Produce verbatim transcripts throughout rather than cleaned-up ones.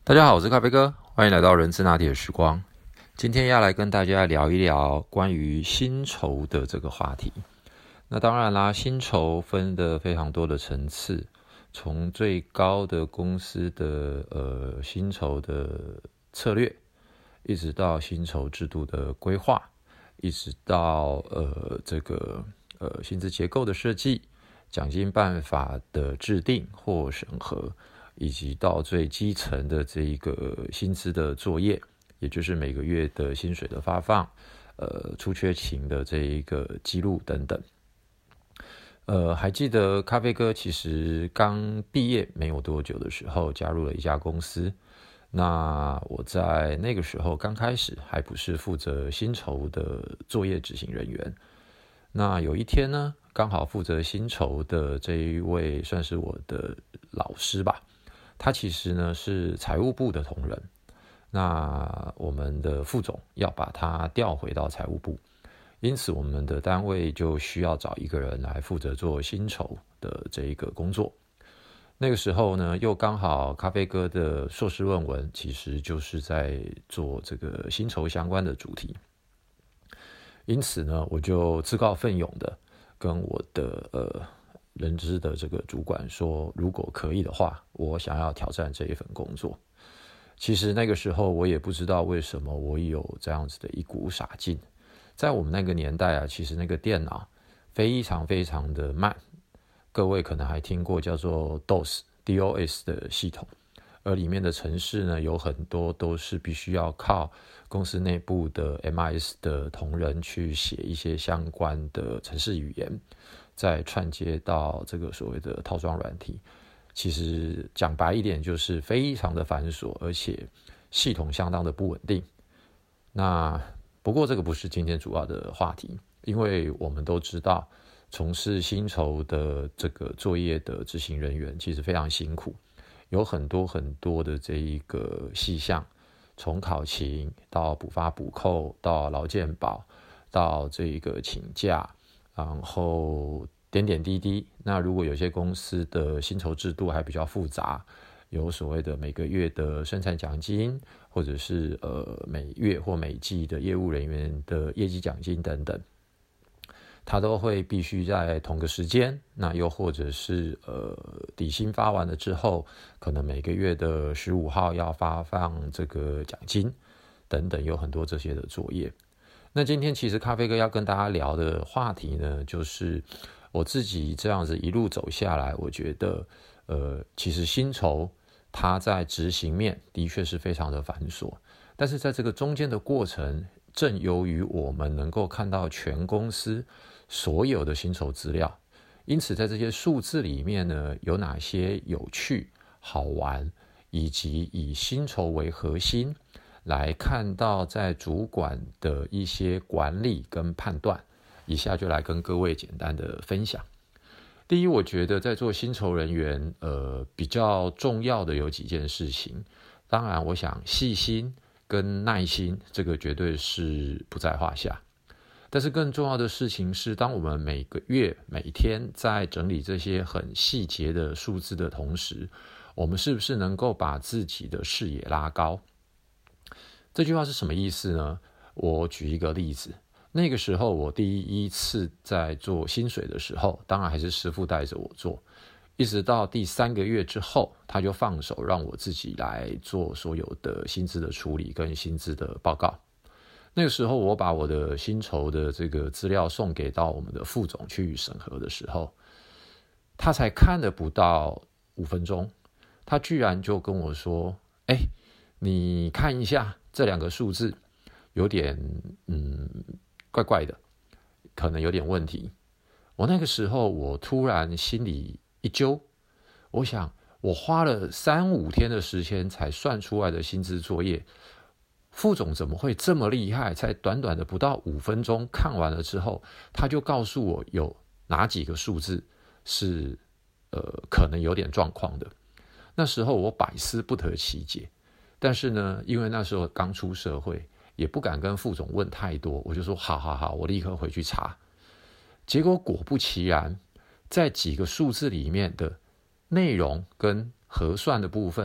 大家好，我是咖啡哥，欢迎来到人资拿铁时光。今天要来跟大家聊一聊关于薪酬的这个话题。那当然啦，薪酬分的非常多的层次，从最高的公司的呃薪酬的策略，一直到薪酬制度的规划，一直到呃这个呃薪资结构的设计、奖金办法的制定或审核，以及到最基层的这一个薪资的作业，也就是每个月的薪水的发放，呃出缺勤的这一个记录等等。呃，还记得咖啡哥其实刚毕业没有多久的时候，加入了一家公司。那我在那个时候刚开始还不是负责薪酬的作业执行人员。那有一天呢，刚好负责薪酬的这一位算是我的老师吧，他其实呢是财务部的同仁。那我们的副总要把他调回到财务部，因此我们的单位就需要找一个人来负责做薪酬的这一个工作。那个时候呢，又刚好咖啡哥的硕士论文其实就是在做这个薪酬相关的主题，因此呢，我就自告奋勇的跟我的呃人资的这个主管说，如果可以的话，我想要挑战这一份工作。其实那个时候我也不知道为什么我有这样子的一股傻劲。在我们那个年代啊，其实那个电脑非常非常的慢，各位可能还听过叫做 D O S、D O S 的系统，而里面的程式呢，有很多都是必须要靠公司内部的 M I S 的同仁去写一些相关的程式语言，再串接到这个所谓的套装软体。其实讲白一点，就是非常的繁琐，而且系统相当的不稳定。那不过这个不是今天主要的话题，因为我们都知道，从事薪酬的这个作业的执行人员其实非常辛苦，有很多很多的这一个细项，从考勤到补发补扣，到劳健保，到这个请假，然后点点滴滴。那如果有些公司的薪酬制度还比较复杂，有所谓的每个月的生产奖金，或者是呃每月或每季的业务人员的业绩奖金等等，它都会必须在同个时间。那又或者是呃底薪发完了之后，可能每个月的十五号要发放这个奖金等等，有很多这些的作业。那今天其实咖啡哥要跟大家聊的话题呢，就是我自己这样子一路走下来，我觉得呃其实薪酬它在执行面的确是非常的繁琐，但是在这个中间的过程，正由于我们能够看到全公司所有的薪酬资料，因此在这些数字里面呢，有哪些有趣、好玩，以及以薪酬为核心来看到在主管的一些管理跟判断，以下就来跟各位简单的分享。第一，我觉得在做薪酬人员，呃，比较重要的有几件事情。当然，我想细心跟耐心，这个绝对是不在话下。但是更重要的事情是，当我们每个月、每天在整理这些很细节的数字的同时，我们是不是能够把自己的视野拉高？这句话是什么意思呢？我举一个例子。那个时候我第一次在做薪水的时候，当然还是师傅带着我做，一直到第三个月之后，他就放手让我自己来做所有的薪资的处理跟薪资的报告。那个时候我把我的薪酬的这个资料送给到我们的副总去审核的时候，他才看了不到五分钟，他居然就跟我说，哎，你看一下这两个数字有点嗯怪怪的，可能有点问题。我那个时候我突然心里一揪，我想我花了三五天的时间才算出来的薪资作业，副总怎么会这么厉害，才短短的不到五分钟看完了之后，他就告诉我有哪几个数字是呃可能有点状况的。那时候我百思不得其解，但是呢，因为那时候刚出社会，也不敢跟副总问太多，我就说好好好，我立刻回去查。结果果不其然，在几个数字里面的内容跟核算的部分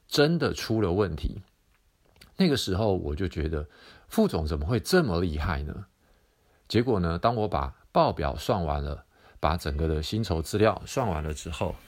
真的出了问题。那个时候我就觉得副总怎么会这么厉害呢？结果呢，当我把报表算完了，把整个的薪酬资料算完了之后，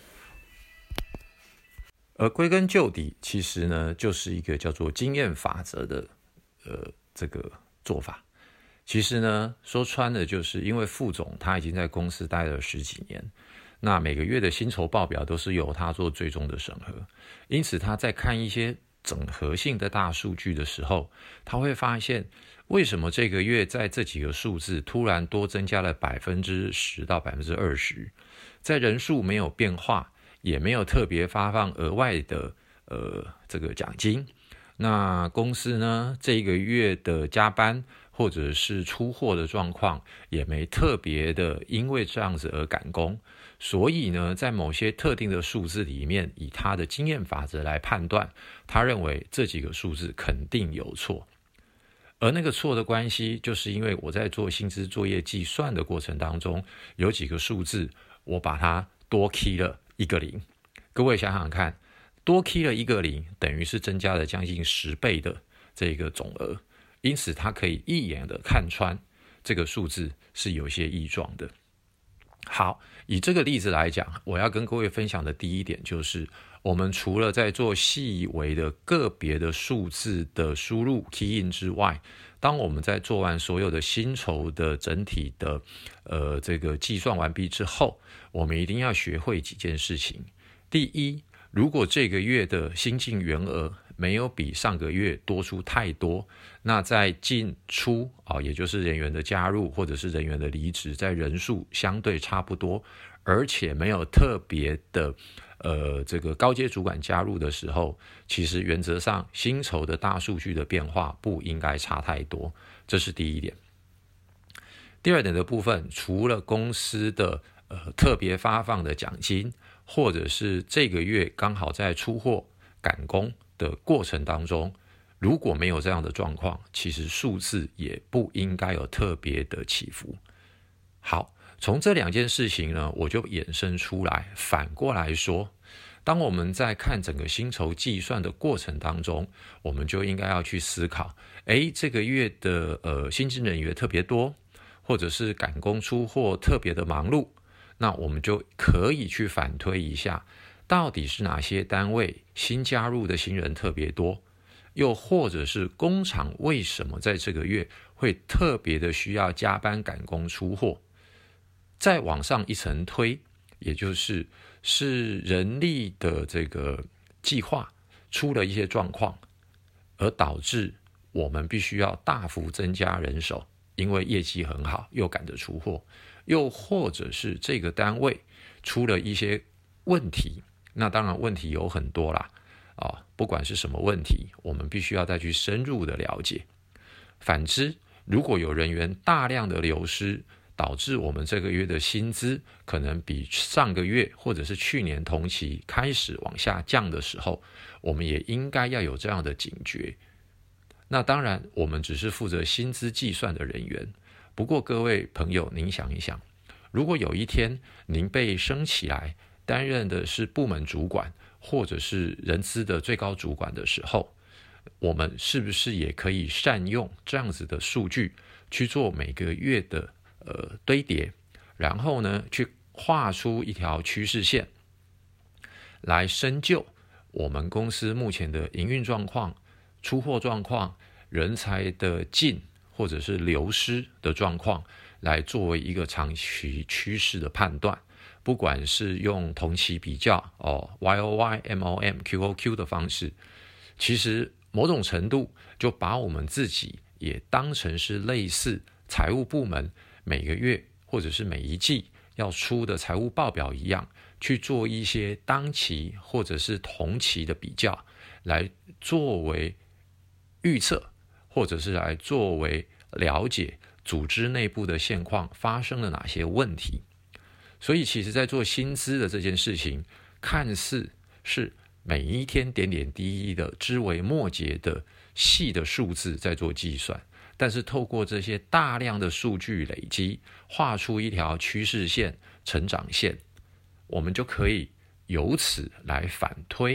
而归根究底，其实呢就是一个叫做经验法则的呃这个做法。其实呢说穿了，就是因为副总他已经在公司待了十几年，那每个月的薪酬报表都是由他做最终的审核，因此他在看一些整合性的大数据的时候，他会发现为什么这个月在这几个数字突然多增加了百分之十到百分之二十，在人数没有变化，也没有特别发放额外的呃这个奖金。那公司呢这个月的加班或者是出货的状况也没特别的因为这样子而赶工，所以呢在某些特定的数字里面，以他的经验法则来判断，他认为这几个数字肯定有错。而那个错的关系，就是因为我在做薪资作业计算的过程当中，有几个数字我把它多 key 了一个零。各位想想看，多 key 了一个零，等于是增加了将近十倍的这个总额，因此他可以一眼的看穿这个数字是有些异状的。好，以这个例子来讲，我要跟各位分享的第一点就是，我们除了在做细微的个别的数字的输入 key in 之外，当我们在做完所有的薪酬的整体的呃这个计算完毕之后，我们一定要学会几件事情。第一，如果这个月的新进员额没有比上个月多出太多，那在进出啊，也就是人员的加入或者是人员的离职，在人数相对差不多，而且没有特别的呃这个高阶主管加入的时候，其实原则上薪酬的大数据的变化不应该差太多，这是第一点。第二点的部分，除了公司的呃特别发放的奖金，或者是这个月刚好在出货赶工的过程当中，如果没有这样的状况，其实数字也不应该有特别的起伏。好，从这两件事情呢，我就衍生出来，反过来说，当我们在看整个薪酬计算的过程当中，我们就应该要去思考，诶，这个月的呃新进人员特别多，或者是赶工出货特别的忙碌，那我们就可以去反推一下，到底是哪些单位新加入的新人特别多，又或者是工厂为什么在这个月会特别的需要加班赶工出货。再往上一层推，也就是是人力的这个计划出了一些状况，而导致我们必须要大幅增加人手，因为业绩很好又赶着出货，又或者是这个单位出了一些问题，那当然问题有很多啦，啊，不管是什么问题，我们必须要再去深入的了解。反之，如果有人员大量的流失，导致我们这个月的薪资可能比上个月或者是去年同期开始往下降的时候，我们也应该要有这样的警觉。那当然，我们只是负责薪资计算的人员。不过各位朋友，您想一想，如果有一天您被升起来担任的是部门主管或者是人资的最高主管的时候，我们是不是也可以善用这样子的数据去做每个月的呃堆叠，然后呢去画出一条趋势线，来深究我们公司目前的营运状况、出货状况、人才的进或者是流失的状况，来作为一个长期趋势的判断。不管是用同期比较哦 Y O Y、M O M、Q O Q 的方式，其实某种程度就把我们自己也当成是类似财务部门每个月或者是每一季要出的财务报表一样，去做一些当期或者是同期的比较，来作为预测，或者是来作为了解组织内部的现况发生了哪些问题。所以其实在做薪资的这件事情，看似是每一天点点滴滴的枝微末节的细的数字在做计算，但是透过这些大量的数据累积，画出一条趋势线、成长线，我们就可以由此来反推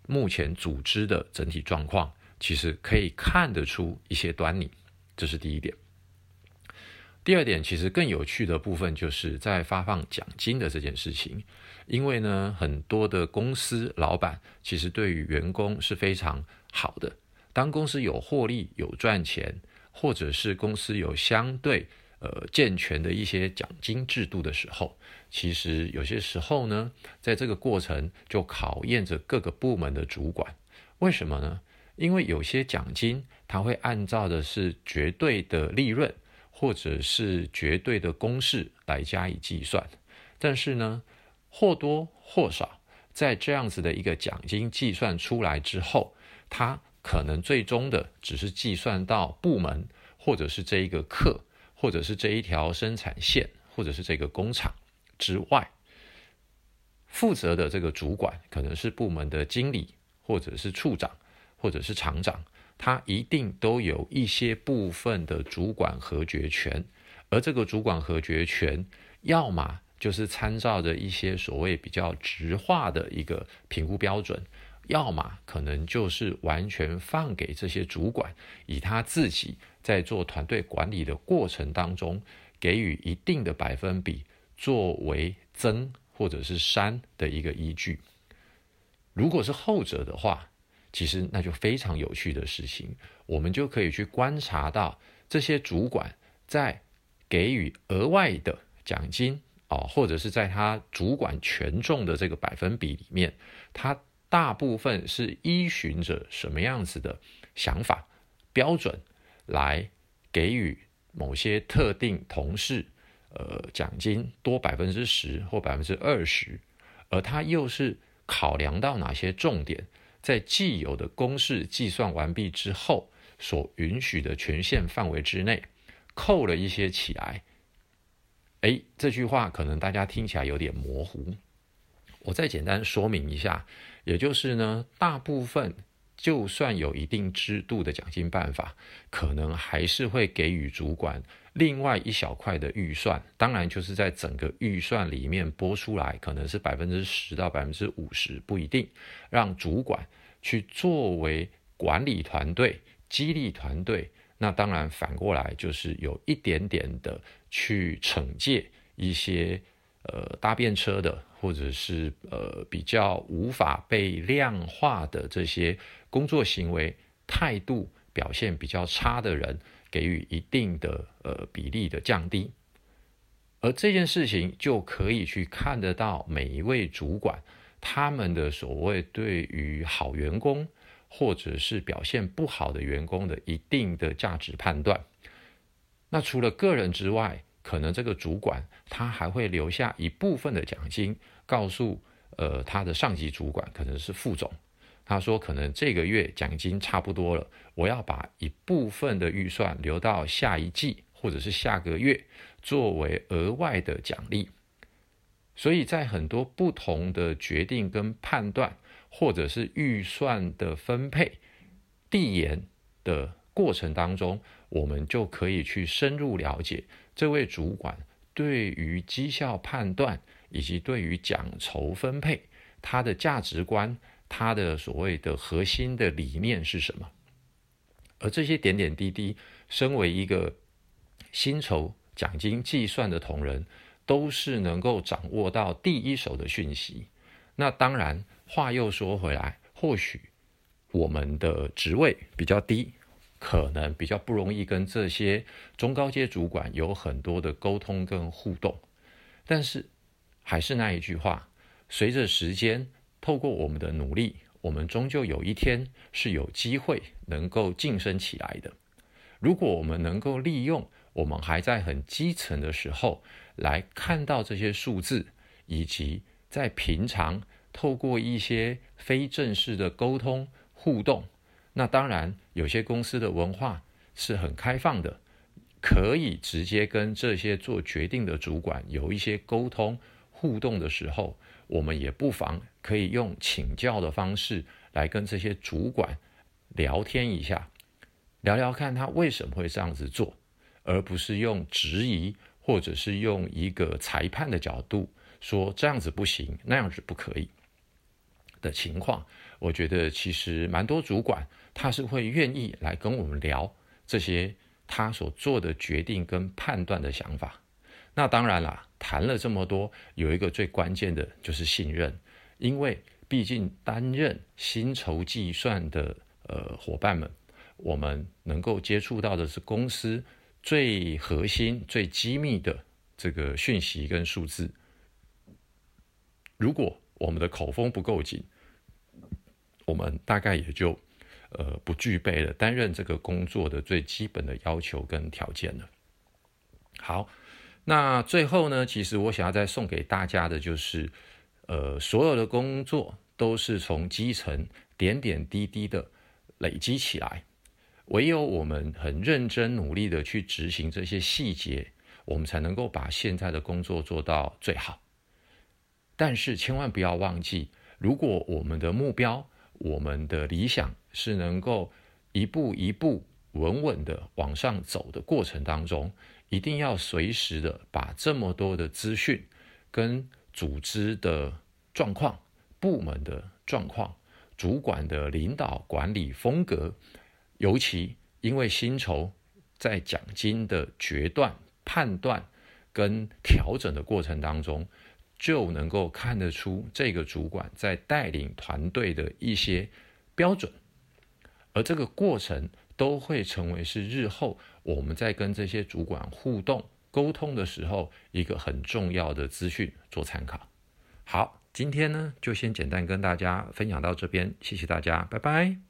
目前组织的整体状况，其实可以看得出一些端倪，这是第一点。第二点，其实更有趣的部分就是在发放奖金的这件事情，因为呢，很多的公司老板其实对于员工是非常好的。当公司有获利、有赚钱，或者是公司有相对呃健全的一些奖金制度的时候，其实有些时候呢，在这个过程就考验着各个部门的主管。为什么呢？因为有些奖金它会按照的是绝对的利润，或者是绝对的公式来加以计算，但是呢，或多或少在这样子的一个奖金计算出来之后，它可能最终的只是计算到部门，或者是这一个课，或者是这一条生产线，或者是这个工厂之外，负责的这个主管可能是部门的经理，或者是处长，或者是厂长，他一定都有一些部分的主管核决权，而这个主管核决权，要么就是参照着一些所谓比较直化的一个评估标准，要么可能就是完全放给这些主管，以他自己在做团队管理的过程当中，给予一定的百分比作为增或者是删的一个依据。如果是后者的话，其实那就非常有趣的事情，我们就可以去观察到这些主管在给予额外的奖金、哦、或者是在他主管权重的这个百分比里面，他大部分是依循着什么样子的想法标准来给予某些特定同事呃奖金多百分之十或百分之二十，而他又是考量到哪些重点，在既有的公式计算完毕之后所允许的权限范围之内扣了一些起来。诶，这句话可能大家听起来有点模糊，我再简单说明一下，也就是呢，大部分就算有一定制度的奖金办法，可能还是会给予主管另外一小块的预算，当然就是在整个预算里面拨出来，可能是百分之十到百分之五十，不一定，让主管去作为管理团队、激励团队。那当然反过来就是有一点点的去惩戒一些呃搭便车的，或者是呃比较无法被量化的这些工作行为态度表现比较差的人，给予一定的呃比例的降低。而这件事情就可以去看得到每一位主管他们的所谓对于好员工或者是表现不好的员工的一定的价值判断。那除了个人之外，可能这个主管他还会留下一部分的奖金，告诉呃他的上级主管，可能是副总，他说可能这个月奖金差不多了，我要把一部分的预算留到下一季或者是下个月作为额外的奖励。所以在很多不同的决定跟判断，或者是预算的分配递延的过程当中，我们就可以去深入了解这位主管对于绩效判断以及对于奖酬分配，他的价值观，他的所谓的核心的理念是什么。而这些点点滴滴，身为一个薪酬奖金计算的同仁，都是能够掌握到第一手的讯息。那当然话又说回来，或许我们的职位比较低，可能比较不容易跟这些中高阶主管有很多的沟通跟互动，但是还是那一句话，随着时间，透过我们的努力，我们终究有一天是有机会能够晋升起来的。如果我们能够利用我们还在很基层的时候来看到这些数字，以及在平常透过一些非正式的沟通互动，那当然有些公司的文化是很开放的，可以直接跟这些做决定的主管有一些沟通互动的时候，我们也不妨可以用请教的方式来跟这些主管聊天一下，聊聊看他为什么会这样子做，而不是用质疑或者是用一个裁判的角度说这样子不行，那样子不可以的情况， 我觉得其实蛮多主管他是会愿意来跟我们聊这些他所做的决定跟判断的想法。那当然啦，谈了这么多，有一个最关键的就是信任，因为毕竟担任薪酬计算的呃伙伴们，我们能够接触到的是公司最核心、最机密的这个讯息跟数字。如果我们的口风不够紧，我们大概也就呃不具备了担任这个工作的最基本的要求跟条件了。好，那最后呢，其实我想要再送给大家的就是，呃，所有的工作都是从基层点点滴滴的累积起来，唯有我们很认真努力的去执行这些细节，我们才能够把现在的工作做到最好。但是千万不要忘记，如果我们的目标、我们的理想是能够一步一步稳稳的往上走的过程当中，一定要随时的把这么多的资讯跟组织的状况、部门的状况、主管的领导管理风格，尤其因为薪酬在奖金的决断、判断跟调整的过程当中，就能够看得出这个主管在带领团队的一些标准，而这个过程都会成为是日后我们在跟这些主管互动沟通的时候一个很重要的资讯做参考。好，今天呢就先简单跟大家分享到这边，谢谢大家，拜拜。